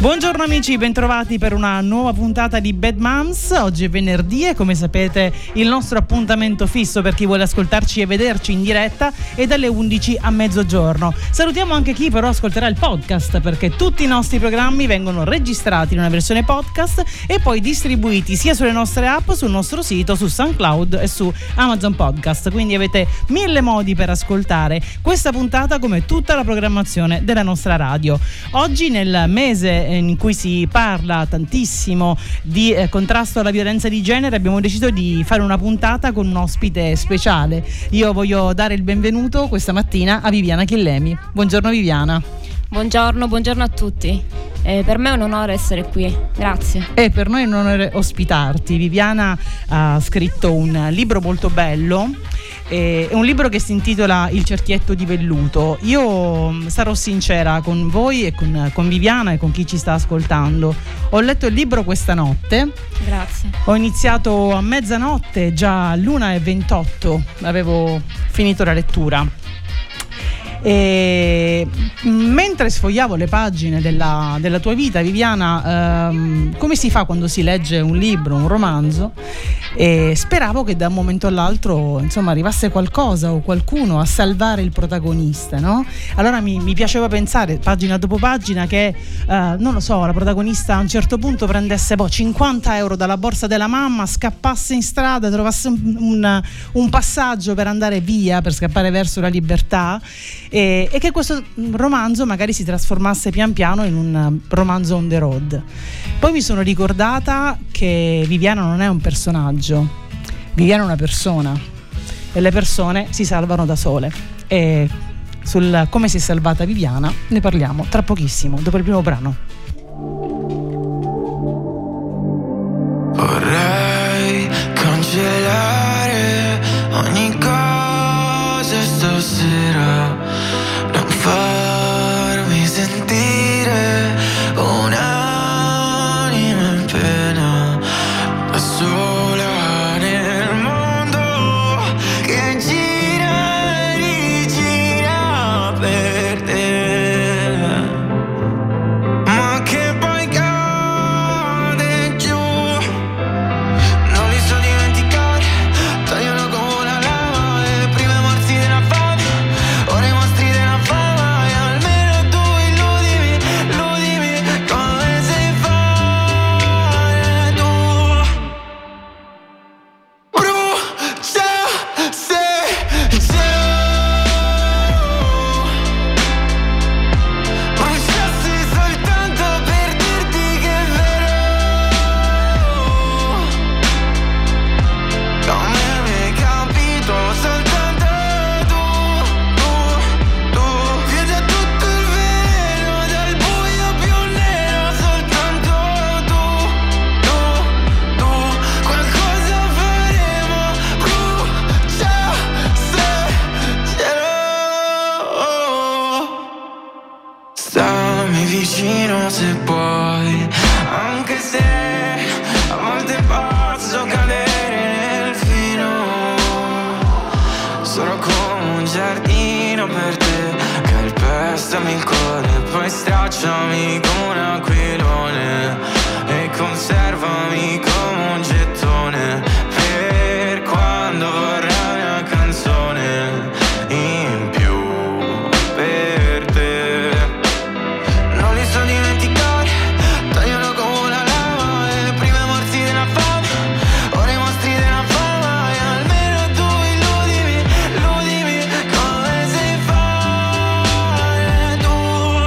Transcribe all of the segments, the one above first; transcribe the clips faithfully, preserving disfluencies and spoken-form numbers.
Buongiorno amici, bentrovati per una nuova puntata di Bad Moms. Oggi è venerdì e come sapete il nostro appuntamento fisso per chi vuole ascoltarci e vederci in diretta è dalle undici a mezzogiorno. Salutiamo anche chi però ascolterà il podcast, perché tutti i nostri programmi vengono registrati in una versione podcast e poi distribuiti sia sulle nostre app, sul nostro sito, su SoundCloud e su Amazon Podcast. Quindi avete mille modi per ascoltare questa puntata come tutta la programmazione della nostra radio. Oggi, nel mese in cui si parla tantissimo di eh, contrasto alla violenza di genere, abbiamo deciso di fare una puntata con un ospite speciale. Io voglio dare il benvenuto questa mattina a Viviana Chillemi. Buongiorno Viviana. Buongiorno, buongiorno a tutti. Eh, per me è un onore essere qui, grazie. E per noi è un onore ospitarti. Viviana ha scritto un libro molto bello, è un libro che si intitola Il cerchietto di velluto. Io sarò sincera con voi e con, con Viviana e con chi ci sta ascoltando. Ho letto il libro questa notte. Grazie. Ho iniziato a mezzanotte, già all'una e ventotto avevo finito la lettura. E mentre sfogliavo le pagine della, della tua vita, Viviana, ehm, come si fa quando si legge un libro, un romanzo, e speravo che da un momento all'altro insomma arrivasse qualcosa o qualcuno a salvare il protagonista, no? Allora mi, mi piaceva pensare pagina dopo pagina che eh, non lo so, la protagonista a un certo punto prendesse boh, cinquanta euro dalla borsa della mamma, scappasse in strada, trovasse un, un, un passaggio per andare via, per scappare verso la libertà, e, e che questo romanzo magari si trasformasse pian piano in un romanzo on the road. Poi mi sono ricordata che Viviana non è un personaggio, Viviana è una persona e le persone si salvano da sole, e sul come si è salvata Viviana ne parliamo tra pochissimo, dopo il primo brano. Vorrei cancellare ogni cosa stasera, non farmi sentire un'anima in pena, da sola nel mondo che gira e rigira per te, ma che poi cade giù. Non li so dimenticare, tagliano come la lava, e prima morsi della fame, ora i mostri della fama, e almeno tu illudimi, illudimi come sai fare tu. Brucia se giù, bruciassi soltanto per dirti che è vero, come mi hai capito soltanto tu, tu, tu, vedi tutto il vero dal buio più nero, soltanto tu, tu, tu, qualcosa faremo, brucia se cielo. Stammi vicino se puoi, anche se a volte posso cadere nel fino. Sono come un giardino per te, calpestami il cuore, poi stracciami come un aquilone e conservami come un gettone per quando vorrai una canzone in più per te. Non li so dimenticare, tagliano come la lava, e prima i morsi della fame, ora i mostri della fama, e almeno tu illudimi, illudimi come sai fare tu.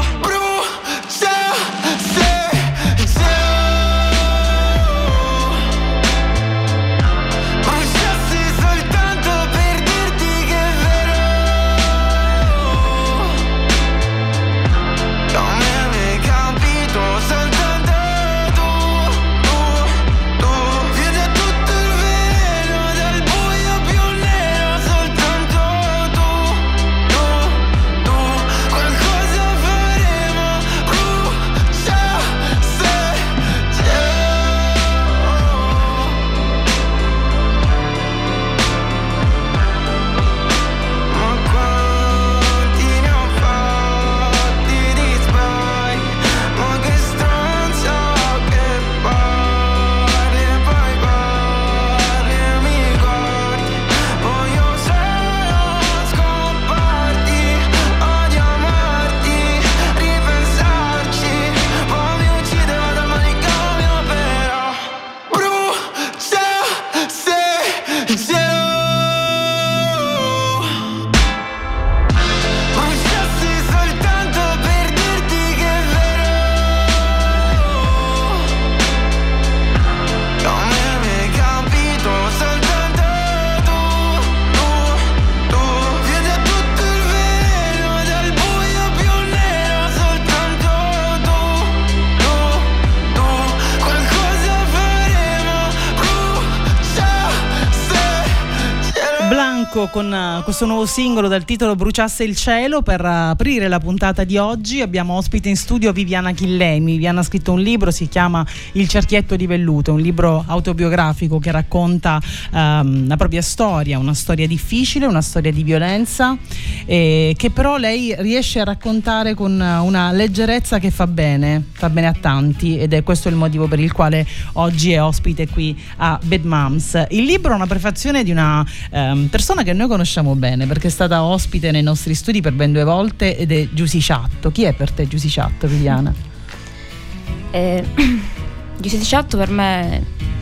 Brucia se giù, disco con uh, questo nuovo singolo dal titolo Bruciasse il cielo. Per uh, aprire la puntata di oggi abbiamo ospite in studio Viviana Chillemi. Viviana ha scritto un libro, si chiama Il cerchietto di velluto, un libro autobiografico che racconta um, la propria storia, una storia difficile, una storia di violenza, eh, che però lei riesce a raccontare con una leggerezza che fa bene, fa bene a tanti, ed è questo il motivo per il quale oggi è ospite qui a Bad Moms. Il libro è una prefazione di una um, persona che noi conosciamo bene, perché è stata ospite nei nostri studi per ben due volte, ed è Giusy Ciatto. Chi è per te Giusy Ciatto, Viviana? Eh, Giusy Ciatto per me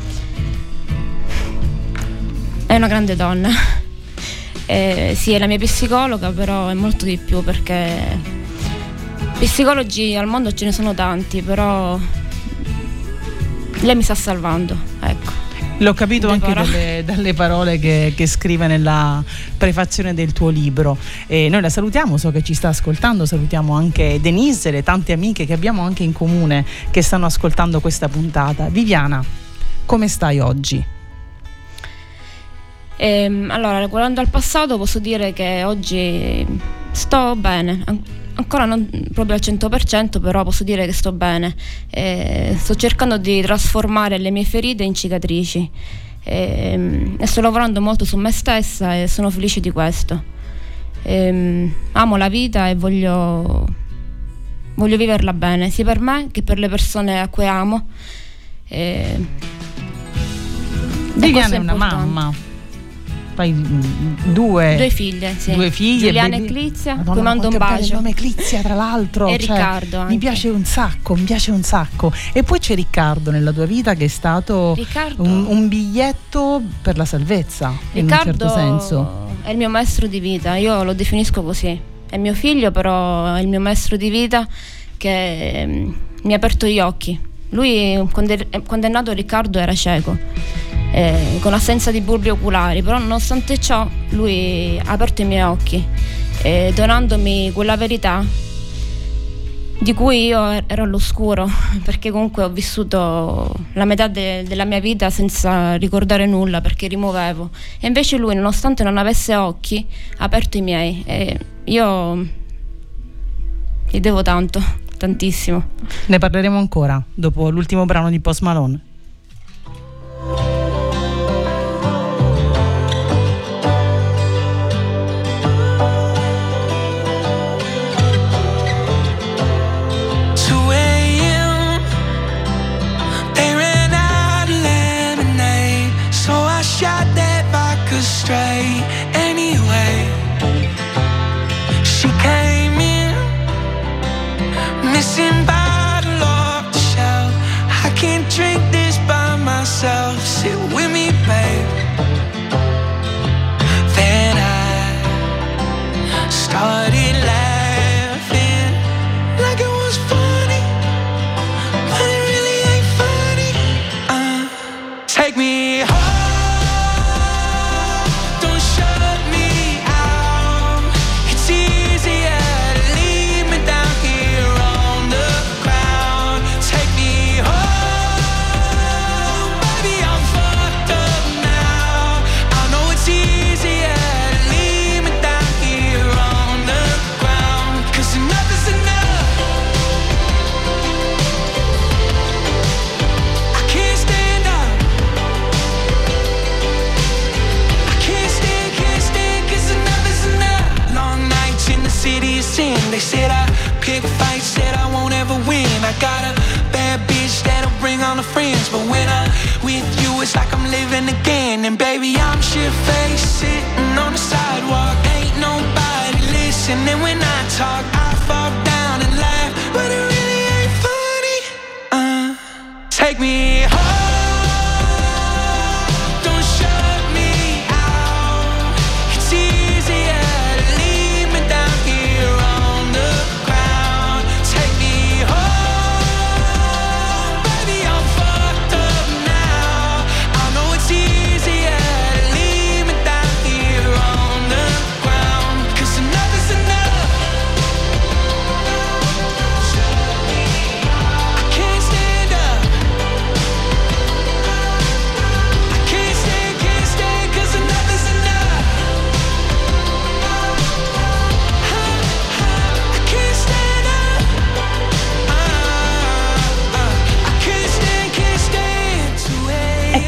è una grande donna. Eh, sì, è la mia psicologa, però è molto di più, perché psicologi al mondo ce ne sono tanti, però lei mi sta salvando, ecco. L'ho capito Le anche parole. dalle, dalle parole che, che scrive nella prefazione del tuo libro. E noi la salutiamo, so che ci sta ascoltando, salutiamo anche Denise e le tante amiche che abbiamo anche in comune che stanno ascoltando questa puntata. Viviana, come stai oggi? Ehm, allora, guardando al passato, posso dire che oggi sto bene. An- ancora non proprio al cento per cento, però posso dire che sto bene. Eh, sto cercando di trasformare le mie ferite in cicatrici, e, e sto lavorando molto su me stessa e sono felice di questo. E, amo la vita e voglio voglio viverla bene, sia per me che per le persone a cui amo. E, Viviana è una importante. mamma. Poi due, Due figlie, sì. due figlie, Giuliana baby. e Clizia, Madonna, cui mando un quanto è bello il bacio. nome Clizia, tra l'altro. E cioè, Riccardo anche. Mi piace un sacco, mi piace un sacco. E poi c'è Riccardo nella tua vita, che è stato Riccardo, un, un biglietto per la salvezza, in un Riccardo certo senso. è il mio maestro di vita, io lo definisco così. È mio figlio, però è il mio maestro di vita, che mm, mi ha aperto gli occhi. Lui, quando è, quando è nato, Riccardo era cieco, Eh, con assenza di bulbi oculari, però nonostante ciò lui ha aperto i miei occhi, eh, donandomi quella verità di cui io ero all'oscuro, perché comunque ho vissuto la metà de- della mia vita senza ricordare nulla, perché rimuovevo, e invece lui, nonostante non avesse occhi, ha aperto i miei, e io gli devo tanto, tantissimo. Ne parleremo ancora dopo l'ultimo brano di Post Malone. Straight anyway, she came in missing bottle off the shelf. I can't drink this by myself. Sit with me, babe. Then I started laughing like it was funny, but it really ain't funny. Uh, take me home. They said I pick fights, said I won't ever win. I got a bad bitch that'll bring all the friends, but when I'm with you, it's like I'm living again. And baby, I'm shit-faced, sitting on the sidewalk. Ain't nobody listening when I talk. I fall down and laugh, but it really ain't funny. Uh, take me home.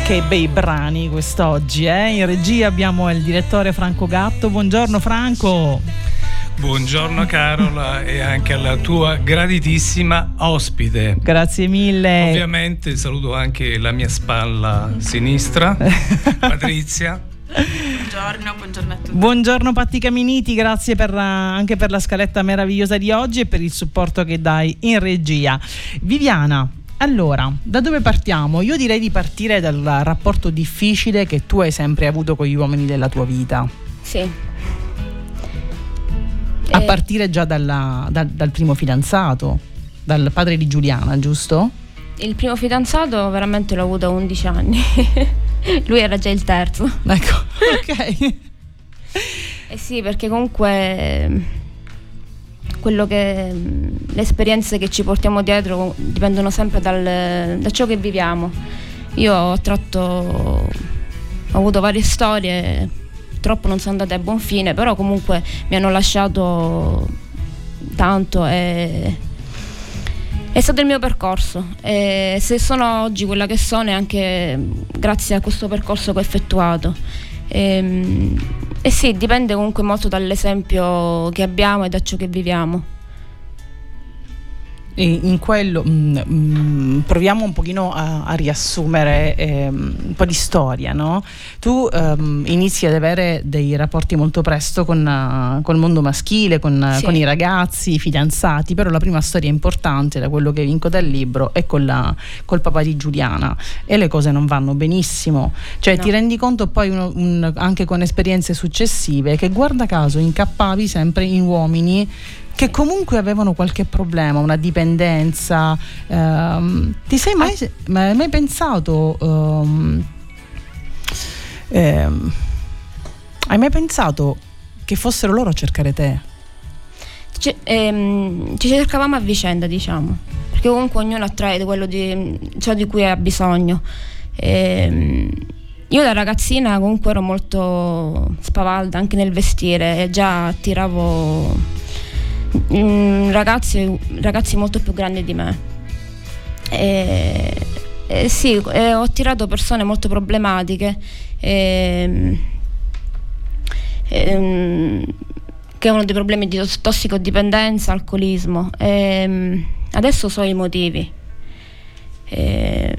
Che bei brani quest'oggi, eh? In regia abbiamo il direttore Franco Gatto. Buongiorno Franco. Buongiorno Carola e anche alla tua graditissima ospite. Grazie mille. Ovviamente saluto anche la mia spalla sinistra, Patrizia. Buongiorno, buongiorno a tutti. Buongiorno Patti Caminiti, grazie per la, anche per la scaletta meravigliosa di oggi e per il supporto che dai in regia. Viviana, allora, da dove partiamo? Io direi di partire dal rapporto difficile che tu hai sempre avuto con gli uomini della tua vita. Sì. A Eh, partire già dalla- dal, dal primo fidanzato, dal padre di Giuliana, giusto? il primo fidanzato veramente l'ho avuto a undici anni. Lui era già il terzo. Ecco, ok. Eh sì, perché comunque quello che le esperienze che ci portiamo dietro dipendono sempre dal, da ciò che viviamo. Io ho tratto ho avuto varie storie, purtroppo non sono andate a buon fine, però comunque mi hanno lasciato tanto e è stato il mio percorso, e se sono oggi quella che sono è anche grazie a questo percorso che ho effettuato. E, e sì, dipende comunque molto dall'esempio che abbiamo e da ciò che viviamo. E in quello mh, mh, proviamo un pochino a, a riassumere ehm, un po' di storia, no? Tu ehm, inizi ad avere dei rapporti molto presto con, uh, col mondo maschile, con, Sì. con i ragazzi, i fidanzati, però la prima storia importante, da quello che vinco dal libro, è con la, col papà di Giuliana e le cose non vanno benissimo, cioè No. ti rendi conto poi uno, un, anche con esperienze successive che guarda caso incappavi sempre in uomini che comunque avevano qualche problema, una dipendenza. Ehm, ti sei mai, ma hai mai pensato ehm, ehm, hai mai pensato che fossero loro a cercare te? Ci, ehm, ci cercavamo a vicenda, diciamo, perché comunque ognuno attrae quello di ciò di cui ha bisogno. Ehm, io da ragazzina comunque ero molto spavalda anche nel vestire e già attiravo mm, ragazzi, ragazzi molto più grandi di me. E, e sì, e ho attirato persone molto problematiche. E, e, che avevano dei problemi di tos- tossicodipendenza, alcolismo. E, adesso so i motivi. E,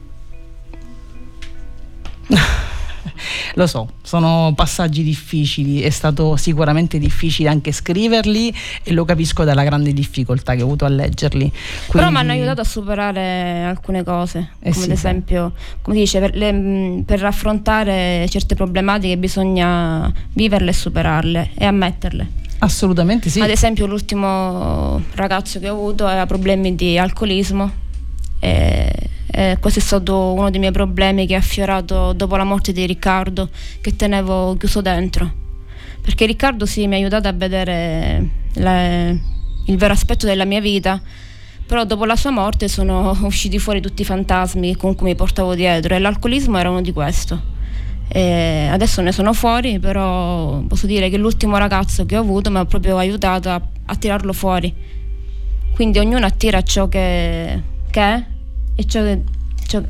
Lo so, sono passaggi difficili, è stato sicuramente difficile anche scriverli e lo capisco dalla grande difficoltà che ho avuto a leggerli. Però Quindi- mi hanno aiutato a superare alcune cose, Eh come sì, ad esempio, come dice, per, le- per affrontare certe problematiche bisogna viverle e superarle e ammetterle. Assolutamente sì. Ad esempio l'ultimo ragazzo che ho avuto aveva problemi di alcolismo e, e questo è stato uno dei miei problemi che è affiorato dopo la morte di Riccardo, che tenevo chiuso dentro, perché Riccardo sì mi ha aiutato a vedere le- il vero aspetto della mia vita, però dopo la sua morte sono usciti fuori tutti i fantasmi che comunque mi portavo dietro e l'alcolismo era uno di questo. E adesso ne sono fuori, però posso dire che l'ultimo ragazzo che ho avuto mi ha proprio aiutato a, a tirarlo fuori. Quindi ognuno attira ciò che, che è e ciò, che- ciò,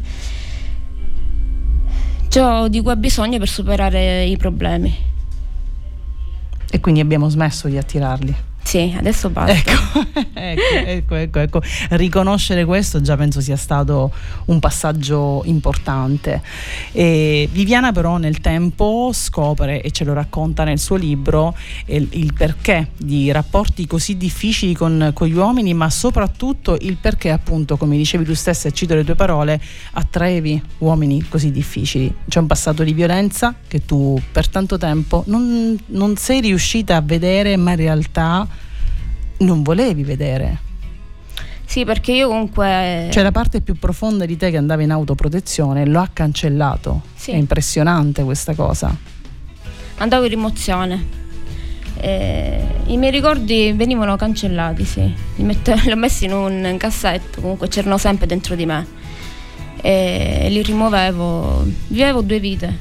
ciò di cui ha bisogno per superare i problemi. E quindi abbiamo smesso di attirarli. Sì, adesso basta. Ecco, ecco, ecco, ecco, ecco. Riconoscere questo già penso sia stato un passaggio importante. E Viviana però nel tempo scopre, e ce lo racconta nel suo libro, il, il perché di rapporti così difficili con, con gli uomini, ma soprattutto il perché, appunto, come dicevi tu stessa, e cito le tue parole, attraevi uomini così difficili. C'è un passato di violenza che tu per tanto tempo non, non sei riuscita a vedere, ma in realtà non volevi vedere. Sì, perché io comunque Cioè la parte più profonda di te che andava in autoprotezione lo ha cancellato. Sì. È impressionante questa cosa. andavo in rimozione. E i miei ricordi venivano cancellati, sì. Li, mette- li ho messi in un cassetto, comunque c'erano sempre dentro di me. E li rimuovevo. Vivevo due vite.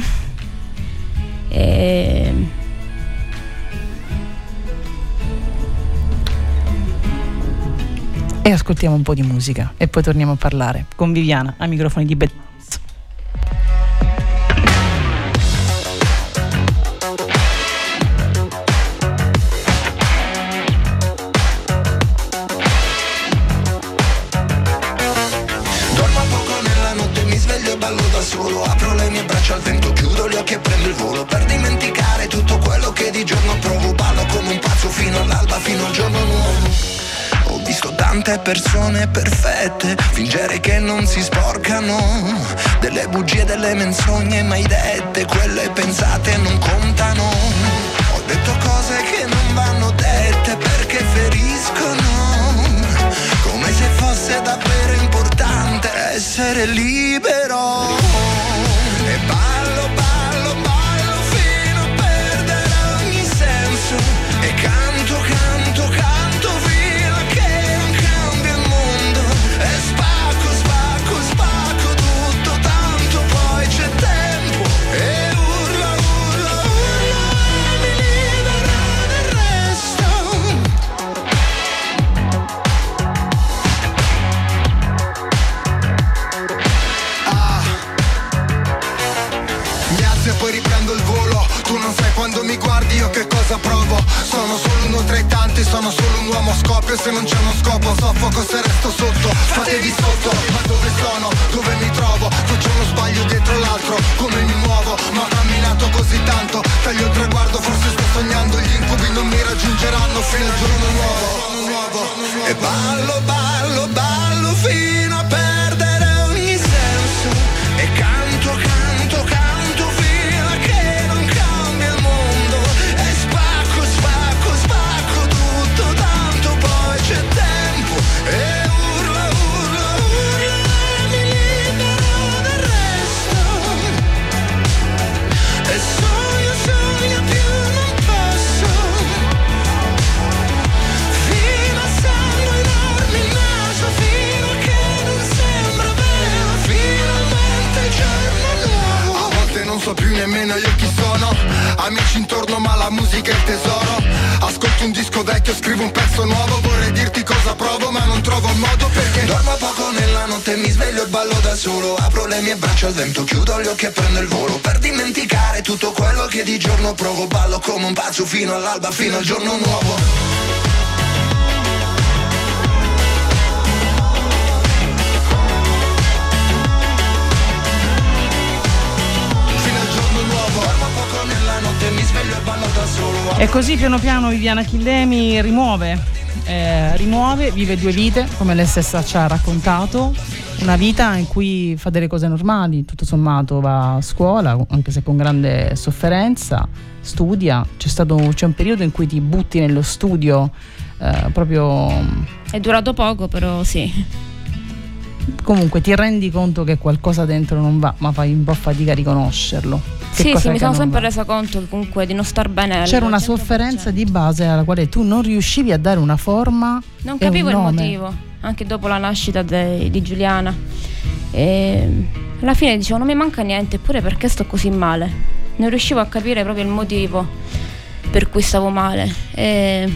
e... E ascoltiamo un po' di musica e poi torniamo a parlare con Viviana ai microfoni di Betmans. solo, apro le mie braccia al vento, chiudo gli occhi e prendo il volo per dimenticare tutto quello che di giorno provo. Ballo come un pazzo fino all'alba, fino al giorno nuovo. Ho visto tante persone perfette fingere che non si sporcano, delle bugie, delle menzogne mai dette, quelle pensate non contano. Ho detto cose che non vanno dette perché feriscono, come se fosse davvero importante essere libero. E ballo, ballo, ballo fino a perdere ogni senso, e canto, canto, canto fino a che non cambia il mondo, e spacco, spacco, spacco tutto, tanto poi c'è tempo, e urla, urla, urla, mi libera del resto. Ah, mi alzo e poi riprendo il volo. Tu non sai quando mi guardi io che cosa provo. Sono solo uno tra i tanti, sono solo un uomo, scoppio se non c'è uno scopo, soffoco se resto sotto. Fatevi sotto, ma dove sono? Dove mi trovo? Faccio uno sbaglio dietro l'altro, come mi muovo? Ma ho camminato così tanto, taglio il traguardo, forse sto sognando, gli incubi non mi raggiungeranno fino al giorno nuovo. E ballo, ballo, ballo fino a perdere ogni senso, e canto, canto, canto fino a che non cambia il mondo, e spacco, spacco, spacco tutto, tanto poi c'è tempo, e urla, urla, urla, mi libero del resto, e sogno, sogno più non posso, fino a sangue enorme il naso, fino a che non sembra vero, finalmente il giorno nuovo. A volte non so più nemmeno io chi sono, amici intorno ma la musica è il tesoro. Ascolto un disco vecchio, scrivo un pezzo nuovo, vorrei dirti cosa provo ma non trovo un modo perché dormo poco nella notte, mi sveglio e ballo da solo, apro le mie braccia al vento, chiudo gli occhi e prendo il volo per dimenticare tutto quello che di giorno provo. Ballo come un pazzo fino all'alba, fino al giorno nuovo. E così piano piano Viviana Chillemi rimuove, eh, rimuove, vive due vite, come lei stessa ci ha raccontato, una vita in cui fa delle cose normali, tutto sommato va a scuola, anche se con grande sofferenza, studia, c'è stato c'è un periodo in cui ti butti nello studio, eh, proprio... È durato poco, però sì. Comunque ti rendi conto che qualcosa dentro non va, ma fai un po' fatica a riconoscerlo. Che sì, sì, mi sono sempre va? resa conto che comunque di non star bene. C'era una sofferenza di base alla quale tu non riuscivi a dare una forma. Non e capivo un il nome. motivo, anche dopo la nascita de, di Giuliana. E alla fine dicevo, non mi manca niente, eppure perché sto così male? Non riuscivo a capire proprio il motivo per cui stavo male. E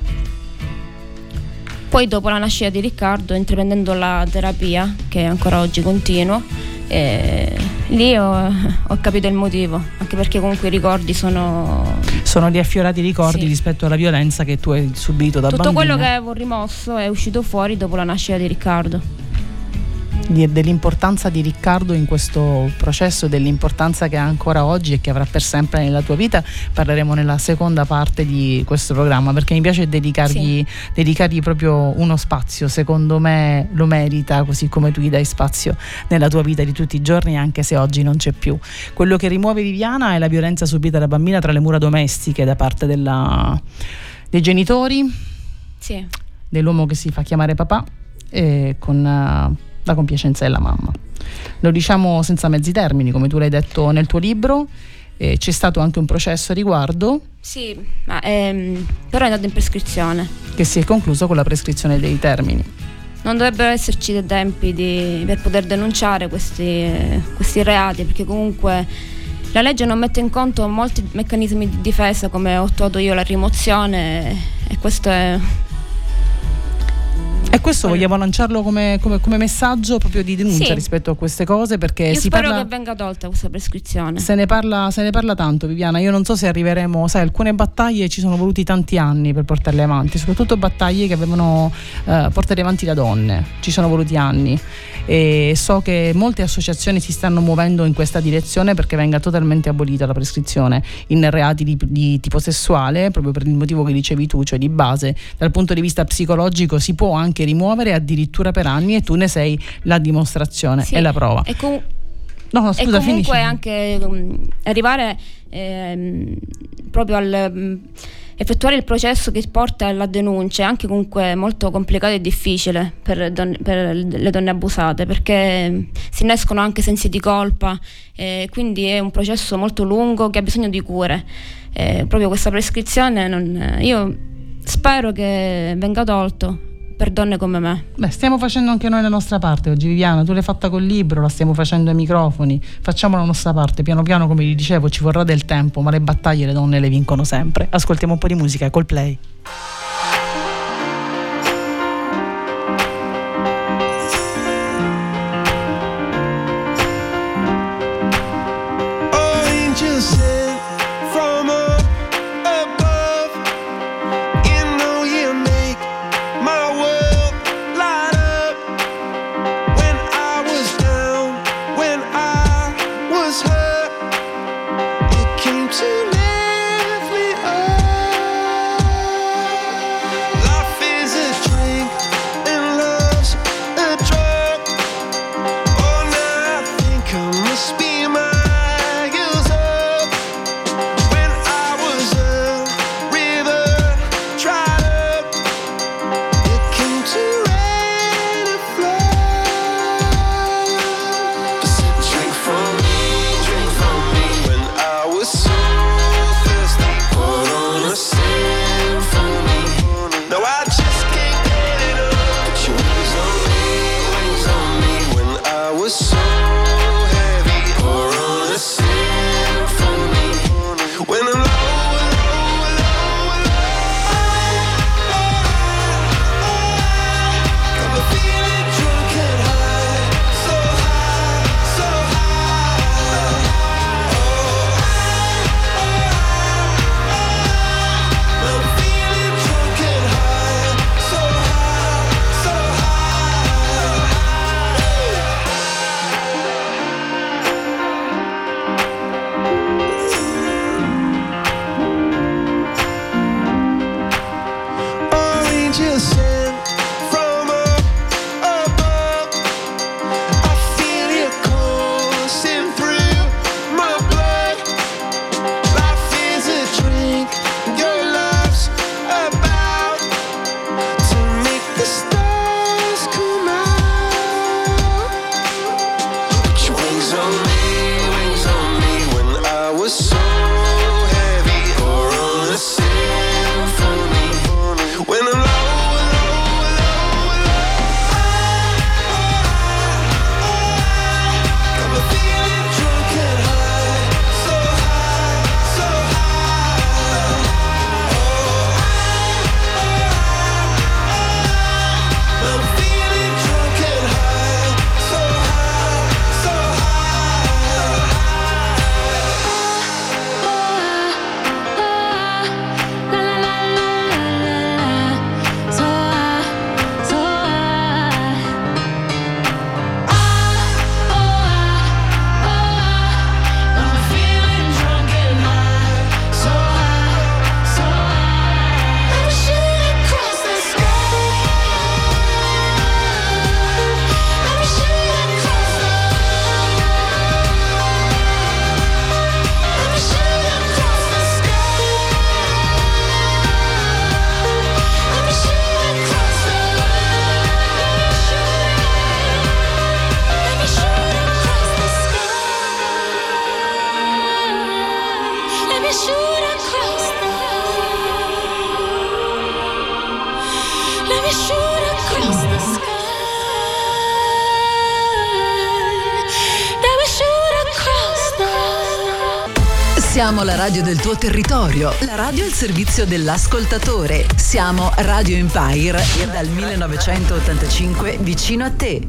poi dopo la nascita di Riccardo, intraprendendo la terapia, che ancora oggi continuo, e lì ho, ho capito il motivo, anche perché comunque i ricordi sono sono riaffiorati i ricordi, sì, rispetto alla violenza che tu hai subito da tutto bambina. Quello che avevo rimosso è uscito fuori dopo la nascita di Riccardo, di, dell'importanza di Riccardo in questo processo, dell'importanza che ha ancora oggi e che avrà per sempre nella tua vita. Parleremo nella seconda parte di questo programma, perché mi piace dedicargli, sì, dedicargli proprio uno spazio. Secondo me lo merita, così come tu gli dai spazio nella tua vita di tutti i giorni, anche se oggi non c'è più. Quello che rimuove Viviana è la violenza subita da bambina tra le mura domestiche da parte della, dei genitori, sì, dell'uomo che si fa chiamare papà, e con uh, la compiacenza della mamma. Lo diciamo senza mezzi termini, come tu l'hai detto nel tuo libro. Eh, c'è stato anche un processo a riguardo. Sì, ma ehm, però è andato in prescrizione, che si è concluso con la prescrizione dei termini. Non dovrebbero esserci dei tempi di, per poter denunciare questi, questi reati, perché comunque la legge non mette in conto molti meccanismi di difesa, come ho attuato io la rimozione, e questo è... E E questo Poi... vogliamo lanciarlo come, come, come messaggio proprio di denuncia sì. rispetto a queste cose, perché io si spero parla... che venga tolta questa prescrizione. Se ne parla, se ne parla tanto, Viviana. Io non so se arriveremo, sai, alcune battaglie ci sono voluti tanti anni per portarle avanti, soprattutto battaglie che avevano eh, portate avanti da donne, ci sono voluti anni, e so che molte associazioni si stanno muovendo in questa direzione perché venga totalmente abolita la prescrizione in reati di, di tipo sessuale, proprio per il motivo che dicevi tu, cioè di base dal punto di vista psicologico si può anche rimuovere addirittura per anni, e tu ne sei la dimostrazione sì. e la prova. E com- No, no, scusa, e comunque finisci. anche um, arrivare ehm, proprio al um, effettuare il processo che porta alla denuncia è anche comunque molto complicato e difficile per, don- per le donne abusate, perché si innescono anche sensi di colpa, eh, quindi è un processo molto lungo che ha bisogno di cure. Eh, proprio questa prescrizione non, io spero che venga tolto per donne come me. Beh, stiamo facendo anche noi la nostra parte oggi, Viviana. Tu l'hai fatta col libro, la stiamo facendo ai microfoni. Facciamo la nostra parte, piano piano, come vi dicevo, ci vorrà del tempo, ma le battaglie le donne le vincono sempre. Ascoltiamo un po' di musica, Coldplay. Siamo la radio del tuo territorio, la radio al servizio dell'ascoltatore. Siamo Radio Empire dal millenovecentottantacinque vicino a te.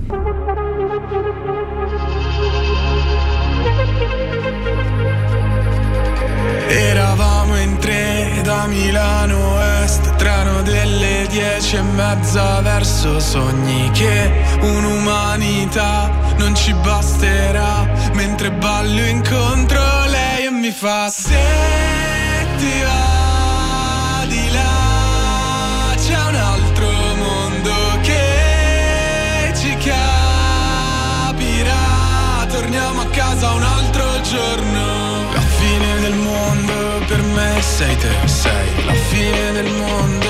Eravamo in tre da Milano Est, treno delle dieci e mezza verso sogni che un'umanità non ci basterà. Mentre ballo incontro lei e mi fa: se ti va di là c'è un altro mondo che ci capirà. Torniamo a casa un altro giorno. La fine del mondo per me sei te, sei la fine del mondo.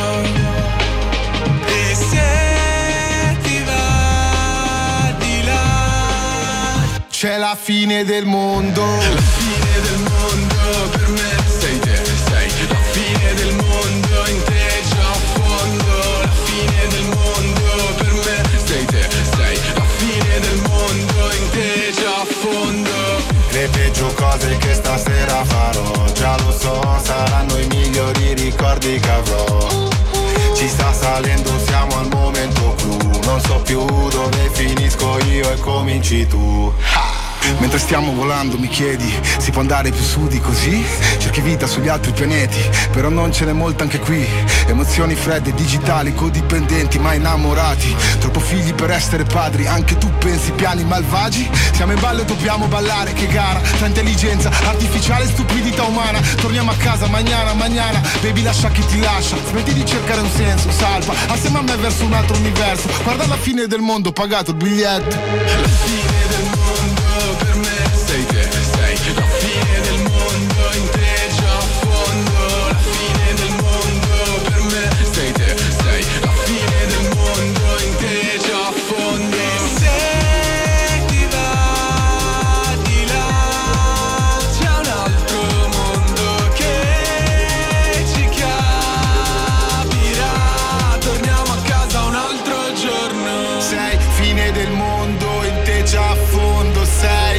E se ti va di là c'è la fine del mondo. La fine del mondo per me sei te, sei la fine del mondo. In te già a fondo. La fine del mondo per me sei te, sei la fine del mondo. In te già a fondo. Le peggio cose che stasera farò, già lo so, saranno i migliori ricordi che avrò. Ci sta salendo, siamo al momento clou. Non so più dove finisco io e cominci tu. Ha! Mentre stiamo volando mi chiedi, si può andare più su di così? Cerchi vita sugli altri pianeti, però non ce n'è molta anche qui. Emozioni fredde, digitali, codipendenti, ma innamorati. Troppo figli per essere padri, anche tu pensi piani malvagi? Siamo in ballo e dobbiamo ballare, che gara tra intelligenza artificiale e stupidità umana. Torniamo a casa, mañana, mañana. Baby lascia chi ti lascia, smetti di cercare un senso, salva assieme a me verso un altro universo. Guarda la fine del mondo, pagato il biglietto. La fine del mondo per me sei te, sei la fine del mondo. In te già a fondo. La fine del mondo per me sei te, sei la fine del mondo. In te già a fondo. E se ti va di là c'è un altro mondo che ci capirà. Torniamo a casa un altro giorno. Sei fine del mondo, in te già a fondo sei.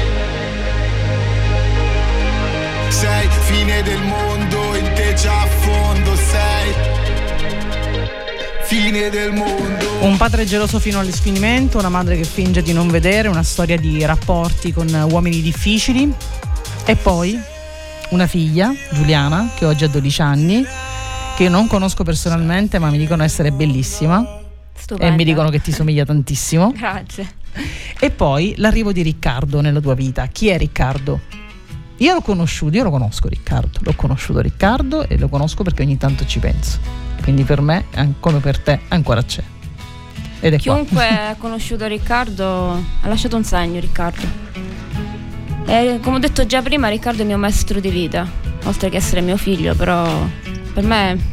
Sei fine del mondo, in te già a fondo sei. Fine del mondo. Un padre geloso fino al sfinimento, una madre che finge di non vedere, una storia di rapporti con uomini difficili. E poi una figlia, Giuliana, che oggi ha dodici anni, che io non conosco personalmente, ma mi dicono essere bellissima. Stupenda. E mi dicono che ti somiglia tantissimo. Grazie. E poi l'arrivo di Riccardo nella tua vita. Chi è Riccardo? Io l'ho conosciuto, io lo conosco Riccardo. L'ho conosciuto Riccardo e lo conosco perché ogni tanto ci penso. Quindi per me, come per te, ancora c'è. Ed è Chiunque qua. ha conosciuto Riccardo ha lasciato un segno, Riccardo. E come ho detto già prima, Riccardo è il mio maestro di vita, oltre che essere mio figlio, però per me...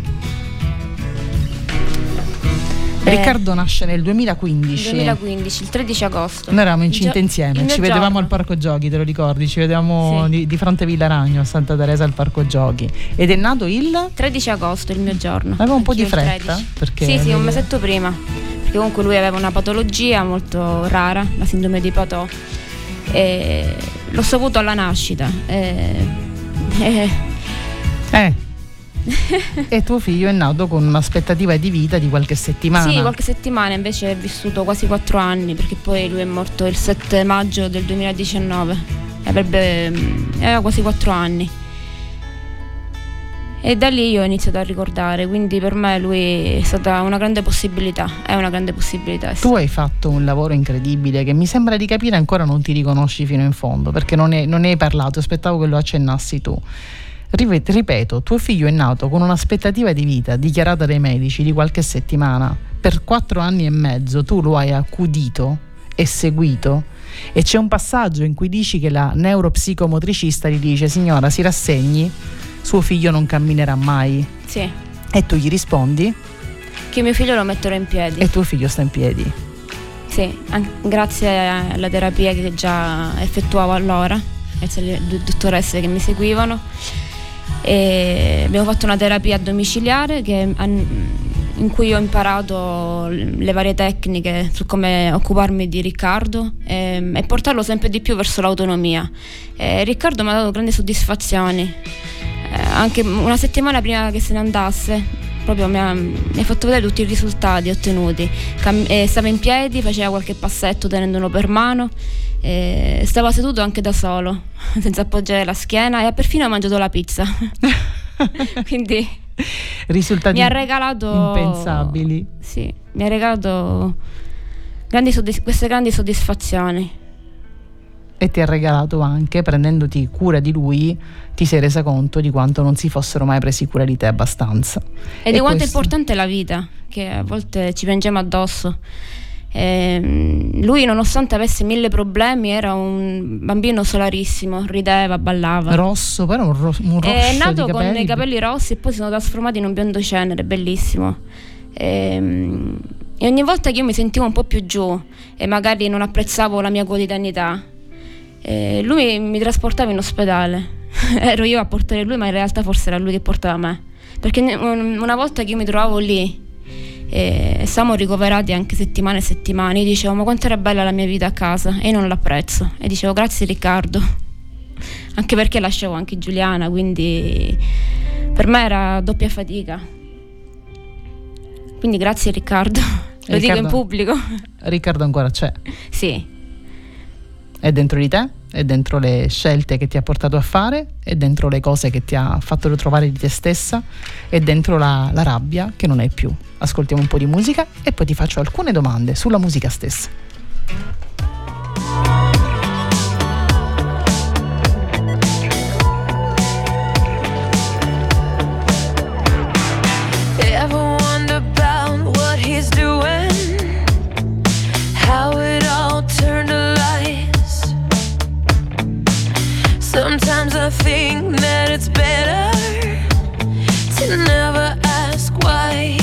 Riccardo nasce nel duemilaquindici. duemilaquindici, il tredici agosto. Noi eravamo incinte gio- insieme, ci vedevamo giorno. Al parco giochi, te lo ricordi? Ci vedevamo sì. di, di fronte a Villaragno, a Santa Teresa al parco giochi. Ed è nato il tredici agosto, il mio giorno. Aveva un po' di fretta? Perché sì, sì, un mesetto prima. Perché comunque lui aveva una patologia molto rara, la sindrome di Patò. E l'ho saputo alla nascita. E... Eh. eh. E tuo figlio è nato con un'aspettativa di vita di qualche settimana. Sì, qualche settimana, invece è vissuto quasi quattro anni, perché poi lui è morto il sette maggio del duemiladiciannove. Avrebbe aveva quasi quattro anni. E da lì io ho iniziato a ricordare, quindi per me lui è stata una grande possibilità, è una grande possibilità. Tu hai fatto un lavoro incredibile che mi sembra di capire ancora non ti riconosci fino in fondo, perché non ne, non ne hai parlato, aspettavo che lo accennassi tu. Ripeto, tuo figlio è nato con un'aspettativa di vita dichiarata dai medici di qualche settimana. Per quattro anni e mezzo tu lo hai accudito e seguito, e c'è un passaggio in cui dici che la neuropsicomotricista gli dice: signora, si rassegni, suo figlio non camminerà mai. Sì. E tu gli rispondi? Che mio figlio lo metterò in piedi. E tuo figlio sta in piedi. Sì, anche grazie alla terapia che già effettuavo allora, grazie alle dottoresse che mi seguivano. E abbiamo fatto una terapia domiciliare che in in cui ho imparato le varie tecniche su come occuparmi di Riccardo e, e portarlo sempre di più verso l'autonomia. E Riccardo mi ha dato grandi soddisfazioni, eh, anche una settimana prima che se ne andasse proprio mi ha, mi ha fatto vedere tutti i risultati ottenuti. Cam- eh, stava in piedi, faceva qualche passetto tenendolo per mano, eh, stava seduto anche da solo senza appoggiare la schiena e ha perfino mangiato la pizza. Quindi risultati mi ha regalato impensabili. Sì, mi ha regalato grandi soddisf- queste grandi soddisfazioni. E ti ha regalato anche, prendendoti cura di lui, ti sei resa conto di quanto non si fossero mai presi cura di te abbastanza. E, e di quanto questo... è importante la vita, che a volte ci piangiamo addosso. E lui, nonostante avesse mille problemi, era un bambino solarissimo, rideva, ballava. Rosso, però un, ro- un rosso è nato di con capelli. i capelli rossi e poi sono trasformati in un biondo cenere, bellissimo. E, e ogni volta che io mi sentivo un po' più giù e magari non apprezzavo la mia quotidianità, e lui mi trasportava in ospedale. Ero io a portare lui, ma in realtà forse era lui che portava me, perché una volta che io mi trovavo lì e stavamo ricoverati anche settimane e settimane, io dicevo: ma quanto era bella la mia vita a casa, e io non l'apprezzo. E dicevo: grazie Riccardo, anche perché lasciavo anche Giuliana, quindi per me era doppia fatica. Quindi grazie Riccardo, lo Riccardo, dico in pubblico. Riccardo ancora c'è? Sì. È dentro di te, è dentro le scelte che ti ha portato a fare, è dentro le cose che ti ha fatto ritrovare di te stessa, è dentro la, la rabbia che non hai più. Ascoltiamo un po' di musica e poi ti faccio alcune domande sulla musica stessa. Ever wonder about what he's doing? How it all turned to lies? Sometimes I think that it's better to never ask why.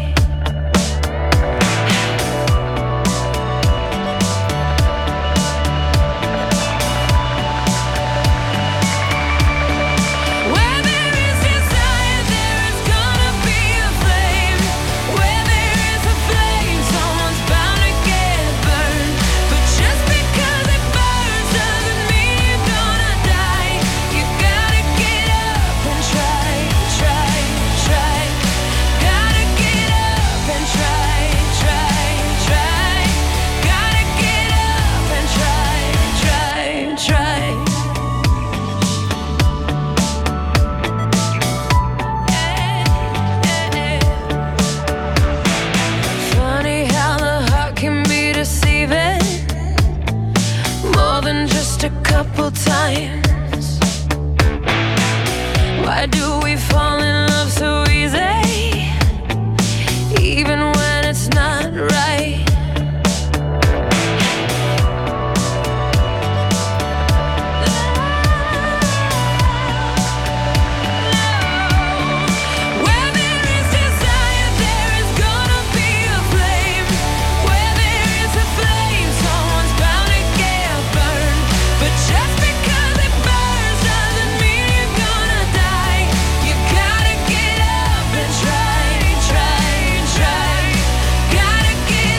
A couple times. Why do we fall in love so easy, even when it's not right? Gotta get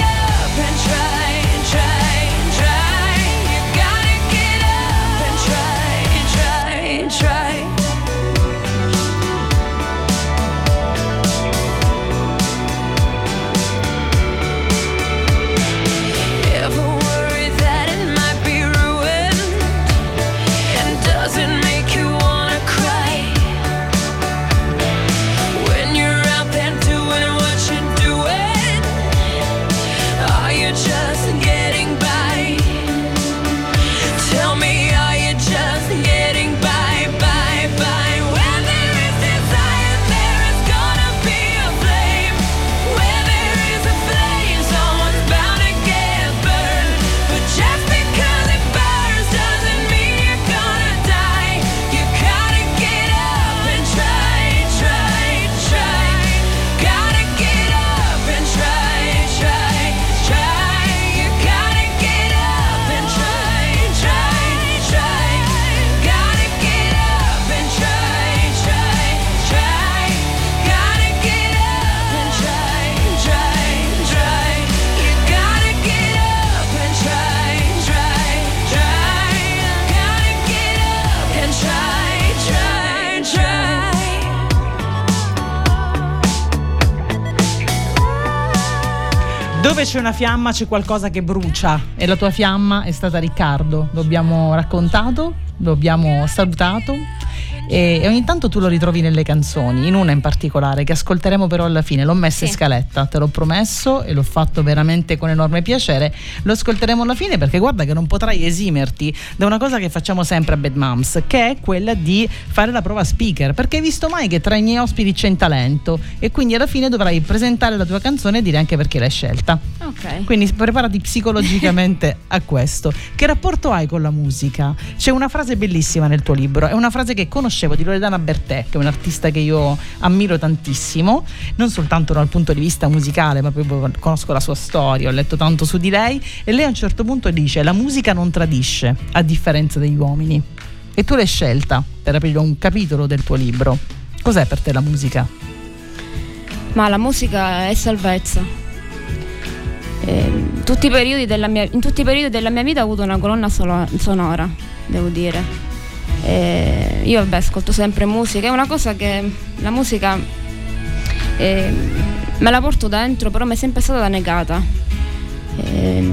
Dove c'è una fiamma c'è qualcosa che brucia, e la tua fiamma è stata Riccardo. Lo abbiamo raccontato, lo abbiamo salutato, e, e ogni tanto tu lo ritrovi nelle canzoni, in una in particolare che ascolteremo però alla fine. L'ho messa Sì. in scaletta, te l'ho promesso, e l'ho fatto veramente con enorme piacere. Lo ascolteremo alla fine perché guarda che non potrai esimerti da una cosa che facciamo sempre a Bad Moms, che è quella di fare la prova speaker, perché hai visto mai che tra i miei ospiti c'è in talento, e quindi alla fine dovrai presentare la tua canzone e dire anche perché l'hai scelta. Ok. Quindi preparati psicologicamente a questo. Che rapporto hai con la musica? C'è una frase bellissima nel tuo libro, è una frase che conoscevo di Loredana Bertè, che è un'artista che io ammiro tantissimo, non soltanto dal punto di vista musicale, ma proprio conosco la sua storia, ho letto tanto su di lei, e lei a un certo punto dice: la musica non tradisce, a differenza degli uomini. E tu l'hai scelta per aprire un capitolo del tuo libro. Cos'è per te la musica? Ma la musica è salvezza. Eh, tutti i periodi della mia, in tutti i periodi della mia vita ho avuto una colonna solo- sonora, devo dire. Eh, io vabbè, ascolto sempre musica, è una cosa che la musica eh, me la porto dentro, però mi è sempre stata negata. Eh,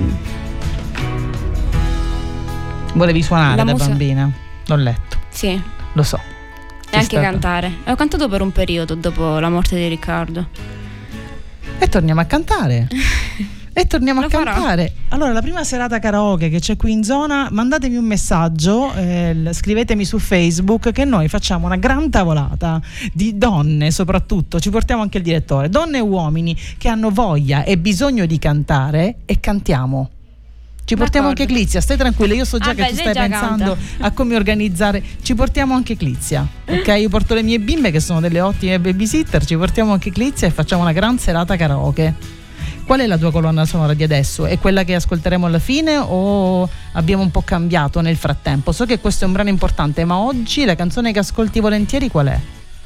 Volevi suonare La da musa- bambina? L'ho letto, sì, lo so. e anche stato- cantare. E ho cantato per un periodo dopo la morte di Riccardo. E torniamo a cantare. E torniamo Lo a farò. cantare. Allora, la prima serata karaoke che c'è qui in zona, mandatemi un messaggio, eh, l- scrivetemi su Facebook, che noi facciamo una gran tavolata di donne, soprattutto, ci portiamo anche il direttore, donne e uomini che hanno voglia e bisogno di cantare, e cantiamo. Ci portiamo D'accordo. anche Clizia, stai tranquilla, io so già Ah, che beh, tu lei stai già pensando canta. a come organizzare. Ci portiamo anche Clizia, ok? Io porto le mie bimbe che sono delle ottime babysitter, ci portiamo anche Clizia e facciamo una gran serata karaoke. Qual è la tua colonna sonora di adesso? È quella che ascolteremo alla fine o abbiamo un po' cambiato nel frattempo? So che questo è un brano importante, ma oggi la canzone che ascolti volentieri qual è?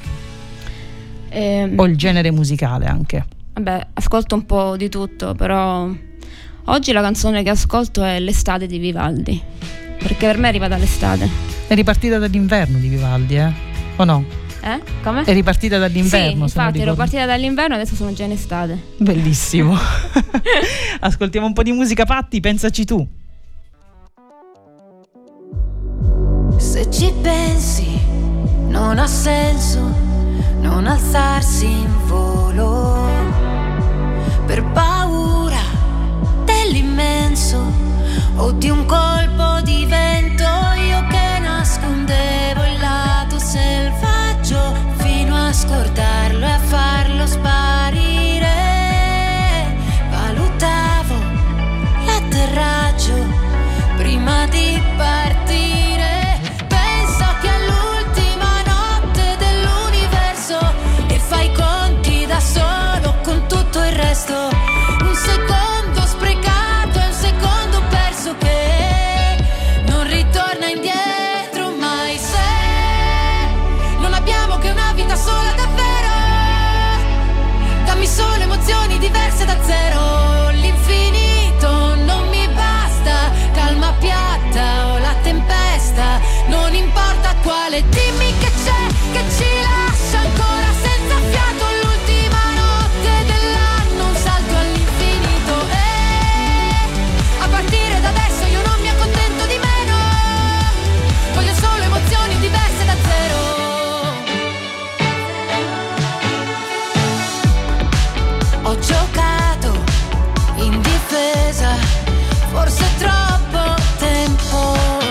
Eh, O il genere musicale anche? Vabbè, ascolto un po' di tutto, però oggi la canzone che ascolto è L'estate di Vivaldi, perché per me arriva dall'estate. È ripartita dall'inverno di Vivaldi, eh? O no? Eh? Come? È ripartita dall'inverno, Sì, se non infatti ero ricordo. partita dall'inverno e adesso sono già in estate. Bellissimo. Ascoltiamo un po' di musica, Patti, pensaci tu. Se ci pensi, non ha senso non alzarsi in volo per paura dell'immenso o di un colpo di vento. Io che nascondevo il lato selvaggio fino a scordarlo e a farlo sparire. Valutavo l'atterraggio prima di partire. Pensa che è l'ultima notte dell'universo e fai i conti da solo con tutto il resto. Un secondo sprecato è un secondo perso che non ritorna indietro mai. Se non abbiamo che una vita sola davvero, dammi solo emozioni diverse da zero. L'infinito non mi basta, calma piatta o la tempesta, non importa quale, dimmi che c'è, che ci lascia ancora senza fiato. L'ultima notte dell'anno, un salto all'infinito e a partire da adesso io non mi accontento di meno, voglio solo emozioni diverse da zero. Ho giocato in difesa, forse troppo tempo,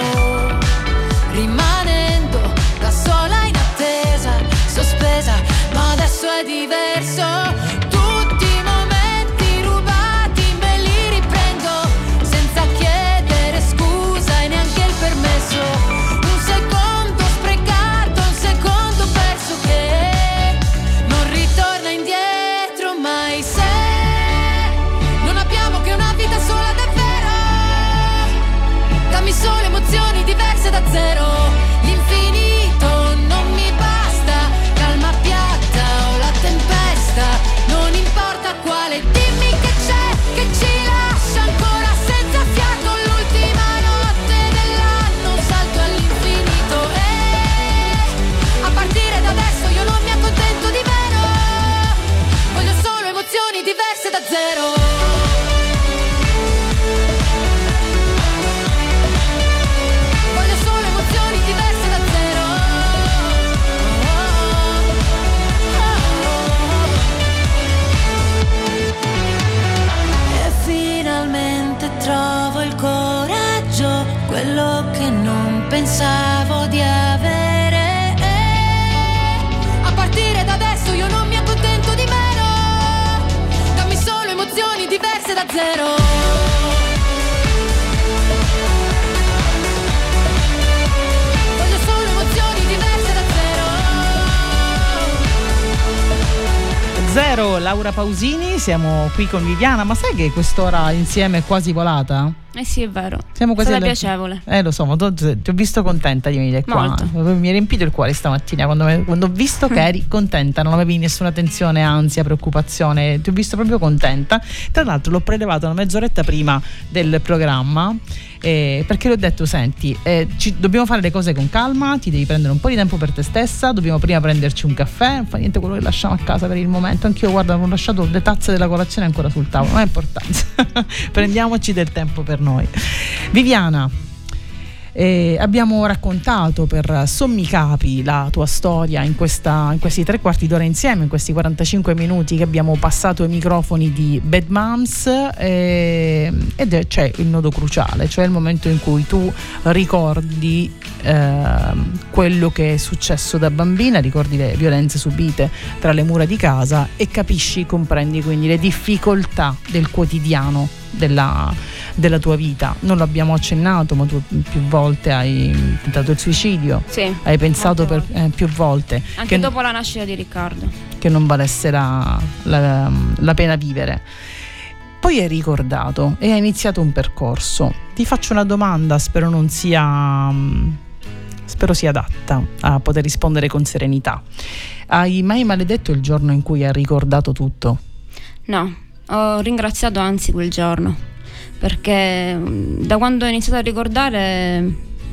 rimanendo da sola in attesa, sospesa, ma adesso è diverso. Tutti i momenti rubati me li riprendo, senza chiedere scusa e neanche il permesso. Un secondo sprecato, un secondo perso che non ritorna indietro mai. Se non abbiamo che una vita sola davvero, dammi solo emozioni diverse da zero. L'infinito non mi basta, calma piatta o la tempesta, non importa quale, dimmi che c'è, che ci lascia ancora senza fiato. L'ultima notte dell'anno, un salto all'infinito e a partire da adesso io non mi accontento di meno, voglio solo emozioni diverse da zero. pensavo di avere. A partire da adesso io non mi accontento di meno, dammi solo emozioni diverse da zero. Voglio solo emozioni diverse da zero. Zero, Laura Pausini, siamo qui con Viviana, ma sai che quest'ora insieme è quasi volata? Eh sì, è vero. Siamo quasi è alla... piacevole. Eh lo so, ma tu, ti ho visto contenta di venire qua. Molto. Mi hai riempito il cuore stamattina quando, quando ho visto che eri contenta, non avevi nessuna tensione, ansia, preoccupazione, ti ho visto proprio contenta. Tra l'altro l'ho prelevato una mezz'oretta prima del programma, eh, perché le ho detto: senti, eh, ci, dobbiamo fare le cose con calma, ti devi prendere un po' di tempo per te stessa, dobbiamo prima prenderci un caffè, non fa niente quello che lasciamo a casa per il momento. Anch'io, guarda, ho lasciato le tazze della colazione ancora sul tavolo, non ha importanza. Prendiamoci del tempo per noi. Viviana, eh, abbiamo raccontato per sommi capi la tua storia in, questa, in questi tre quarti d'ora insieme, in questi quarantacinque minuti che abbiamo passato ai microfoni di Bad Moms, eh, ed è, c'è il nodo cruciale, cioè il momento in cui tu ricordi eh, quello che è successo da bambina, ricordi le violenze subite tra le mura di casa e capisci, comprendi quindi le difficoltà del quotidiano della, della tua vita. Non l'abbiamo accennato, ma tu più volte hai tentato il suicidio, sì, hai pensato per, eh, più volte anche che, dopo la nascita di Riccardo, che non valesse la, la, la pena vivere. Poi hai ricordato e hai iniziato un percorso. Ti faccio una domanda, spero non sia spero sia adatta a poter rispondere con serenità. Hai mai maledetto il giorno in cui hai ricordato tutto? No, ho ringraziato anzi quel giorno, perché da quando ho iniziato a ricordare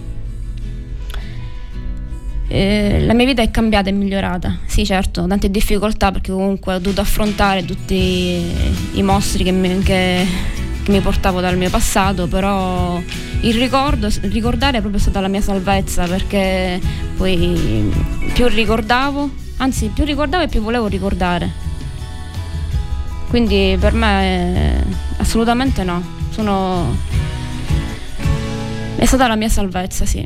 eh, la mia vita è cambiata e migliorata. Sì, certo, tante difficoltà, perché comunque ho dovuto affrontare tutti i mostri che mi, che, che mi portavo dal mio passato, però il ricordo, ricordare è proprio stata la mia salvezza, perché poi più ricordavo, anzi più ricordavo e più volevo ricordare. Quindi per me eh, assolutamente no, sono è stata la mia salvezza, sì.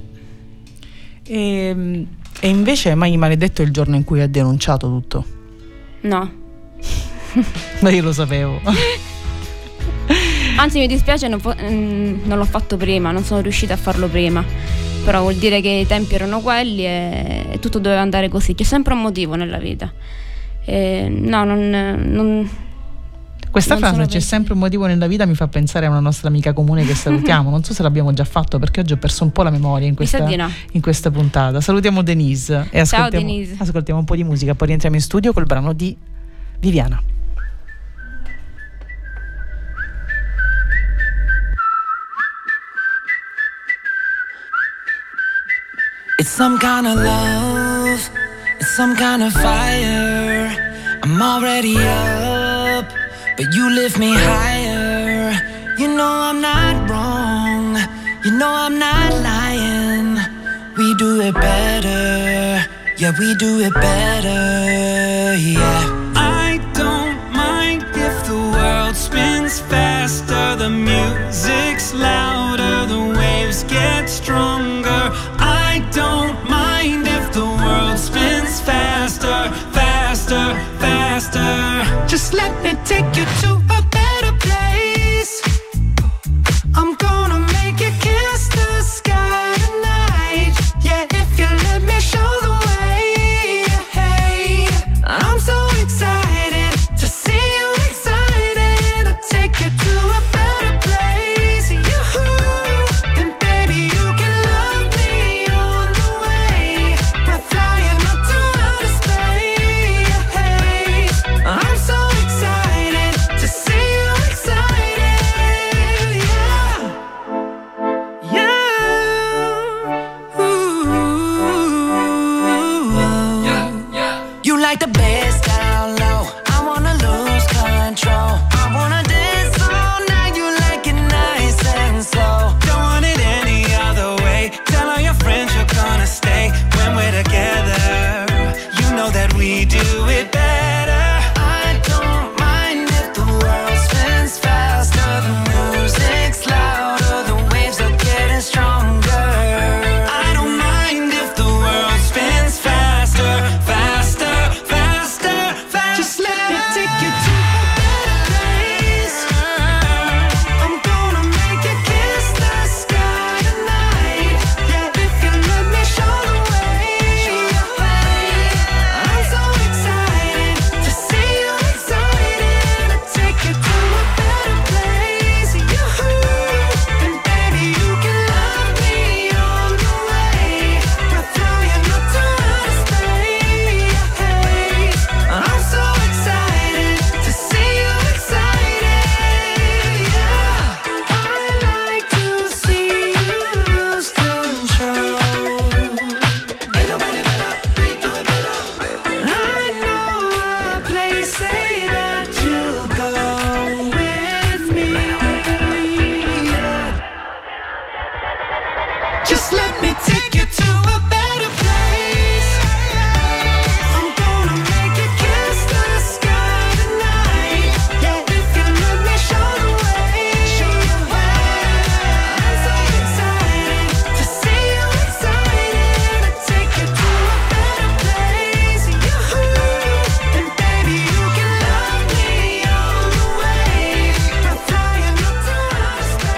E, e invece hai mai maledetto il giorno in cui hai denunciato tutto? No. Ma io lo sapevo. Anzi, mi dispiace, non, non l'ho fatto prima, non sono riuscita a farlo prima, però vuol dire che i tempi erano quelli e, e tutto doveva andare così. C'è sempre un motivo nella vita. E, no, non... non Questa non frase, c'è sempre un motivo nella vita, mi fa pensare a una nostra amica comune che salutiamo. Non so se l'abbiamo già fatto, perché oggi ho perso un po' la memoria in questa, no. in questa puntata. Salutiamo Denise e Ciao, ascoltiamo, Denise. ascoltiamo un po' di musica, poi rientriamo in studio col brano di Viviana. It's some kind of love, it's some kind of fire. I'm already up, but you lift me higher. You know I'm not wrong, you know I'm not lying. We do it better, yeah, we do it better, yeah. I don't mind if the world spins faster, the music's louder, the waves get stronger. I don't mind if the world spins faster, faster, faster. Just let me take you to a better place. I'm gonna make you kiss the sky tonight. Yeah, if you let me show the way. Hey, I'm so excited to see you excited. I'll take you to a better place. You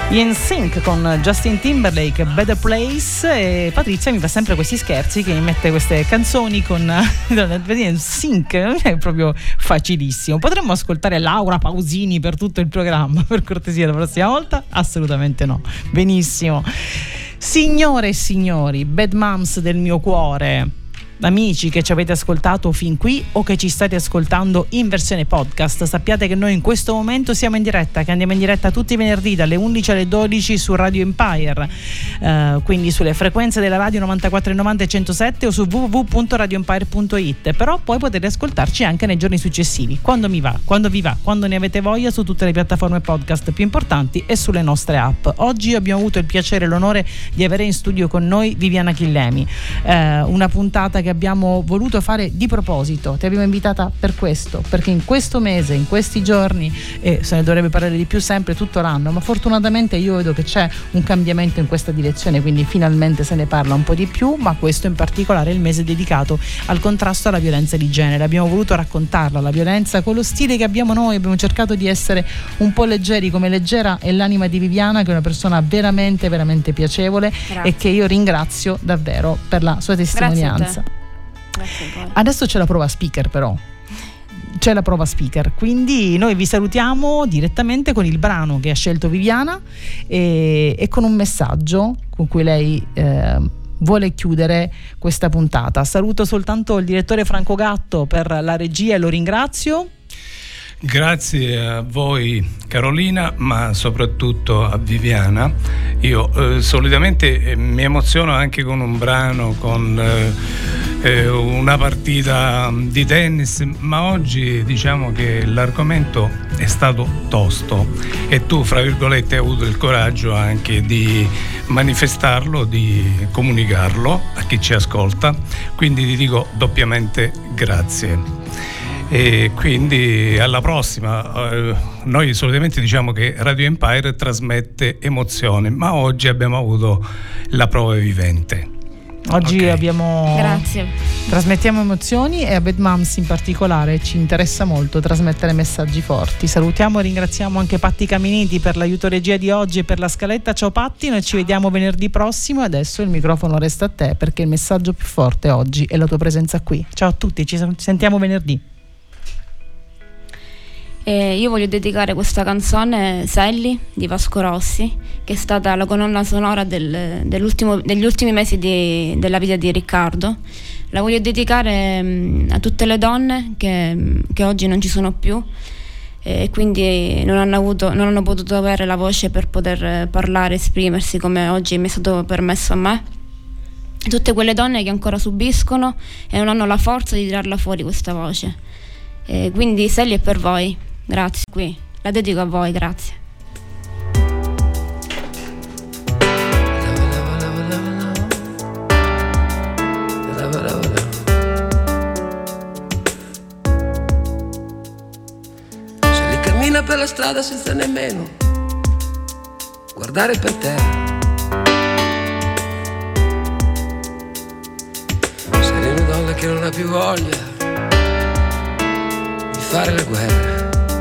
In Sync con Justin Timberlake, Better Place. E Patrizia mi fa sempre questi scherzi che mi mette queste canzoni con In Sync, è proprio facilissimo. Potremmo ascoltare Laura Pausini per tutto il programma, per cortesia, la prossima volta? Assolutamente no. Benissimo. Signore e signori, Bad Moms del mio cuore, amici che ci avete ascoltato fin qui o che ci state ascoltando in versione podcast, sappiate che noi in questo momento siamo in diretta, che andiamo in diretta tutti i venerdì dalle undici alle dodici su Radio Empire, eh, quindi sulle frequenze della radio novantaquattro e novanta e centosette o su w w w punto radio empire punto i t. Però poi potete ascoltarci anche nei giorni successivi, quando mi va, quando vi va, quando ne avete voglia, su tutte le piattaforme podcast più importanti e sulle nostre app. Oggi abbiamo avuto il piacere e l'onore di avere in studio con noi Viviana Chillemi, eh, una puntata che abbiamo voluto fare di proposito. Ti abbiamo invitata per questo, perché in questo mese, in questi giorni, e se ne dovrebbe parlare di più sempre tutto l'anno, ma fortunatamente io vedo che c'è un cambiamento in questa direzione, quindi finalmente se ne parla un po' di più, ma questo in particolare è il mese dedicato al contrasto alla violenza di genere. Abbiamo voluto raccontarla, la violenza, con lo stile che abbiamo noi, abbiamo cercato di essere un po' leggeri, come leggera è l'anima di Viviana, che è una persona veramente veramente piacevole. Grazie. E che io ringrazio davvero per la sua testimonianza. Adesso c'è la prova speaker, però c'è la prova speaker, quindi noi vi salutiamo direttamente con il brano che ha scelto Viviana e, e con un messaggio con cui lei eh, vuole chiudere questa puntata. Saluto soltanto il direttore Franco Gatto per la regia e lo ringrazio. Grazie a voi Carolina, ma soprattutto a Viviana. Io eh, solitamente eh, mi emoziono anche con un brano, con eh, eh, una partita di tennis, ma oggi diciamo che l'argomento è stato tosto e tu, fra virgolette, hai avuto il coraggio anche di manifestarlo, di comunicarlo a chi ci ascolta, quindi ti dico doppiamente grazie. E quindi alla prossima. Eh, noi solitamente diciamo che Radio Empire trasmette emozione, ma oggi abbiamo avuto la prova vivente. Oggi okay. abbiamo Grazie. Trasmettiamo emozioni e a Bad Moms in particolare ci interessa molto trasmettere messaggi forti. Salutiamo e ringraziamo anche Patti Caminiti per l'aiuto regia di oggi e per la scaletta. Ciao Patti, noi ci vediamo venerdì prossimo e adesso il microfono resta a te, perché il messaggio più forte oggi è la tua presenza qui. Ciao a tutti, ci sentiamo venerdì. E io voglio dedicare questa canzone Sally di Vasco Rossi, che è stata la colonna sonora del, dell'ultimo, degli ultimi mesi di, della vita di Riccardo. La voglio dedicare mh, a tutte le donne che, che oggi non ci sono più e quindi non hanno, avuto, non hanno potuto avere la voce per poter parlare, esprimersi come oggi mi è stato permesso a me. Tutte quelle donne che ancora subiscono e non hanno la forza di tirarla fuori questa voce. E quindi Sally è per voi. Grazie, qui la dedico a voi, grazie. Se li cammina per la strada senza nemmeno guardare per terra, sei una donna che non ha più voglia di fare la guerra.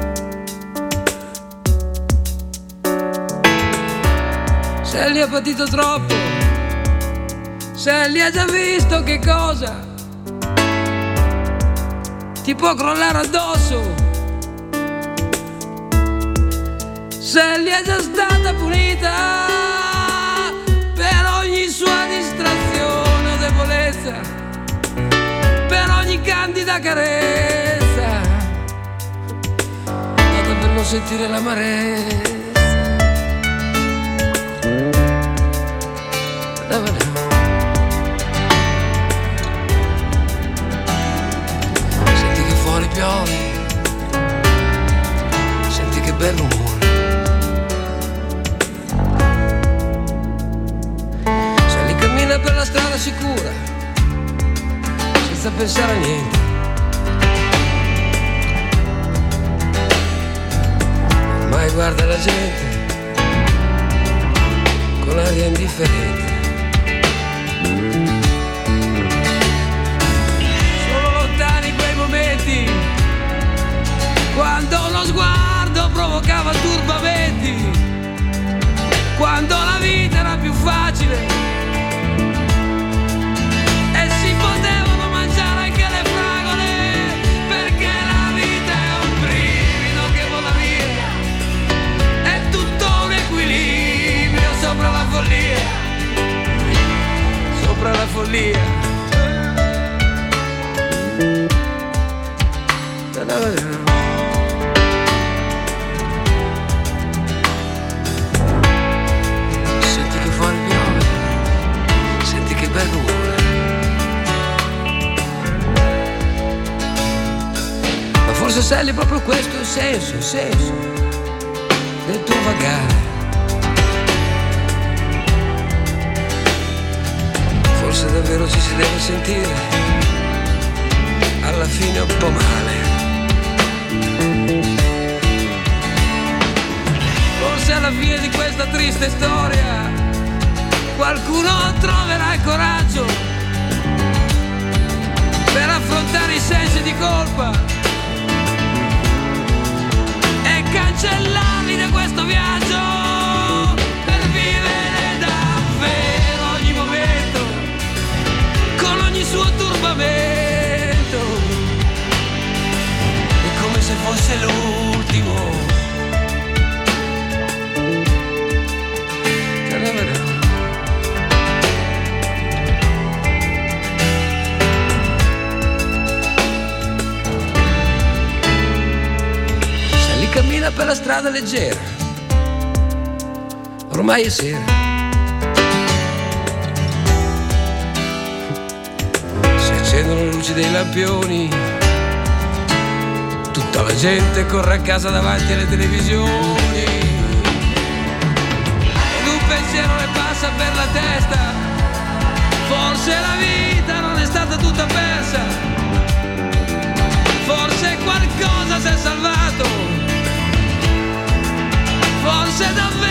Sally ha patito troppo, Sally ha già visto che cosa ti può crollare addosso. Sally è già stata punita per ogni sua distrazione o debolezza, per ogni candida carezza, data per non sentire l'amarezza. Senti che fuori piove, senti che bello umore. Se li cammina per la strada sicura, senza pensare a niente, ormai guarda la gente con aria indifferente. Quando lo sguardo provocava turbamenti, follia. Senti che fuori piove, senti che bel rumore. Ma forse sai proprio questo il senso, il senso del tuo vagare. Forse davvero ci si deve sentire alla fine un po' male. Forse alla fine di questa triste storia qualcuno troverà il coraggio per affrontare i sensi di colpa e cancellarli da questo viaggio, per vivere davvero ogni momento con ogni suo turbamento. È come se fosse l'ultimo. Sally cammina per la strada leggera, ormai è sera. Si accendono le luci dei lampioni, tutta la gente corre a casa davanti alle televisioni. Ed un pensiero le passa per la testa, forse la vita non è stata tutta persa, forse qualcosa si è salvato, forse davvero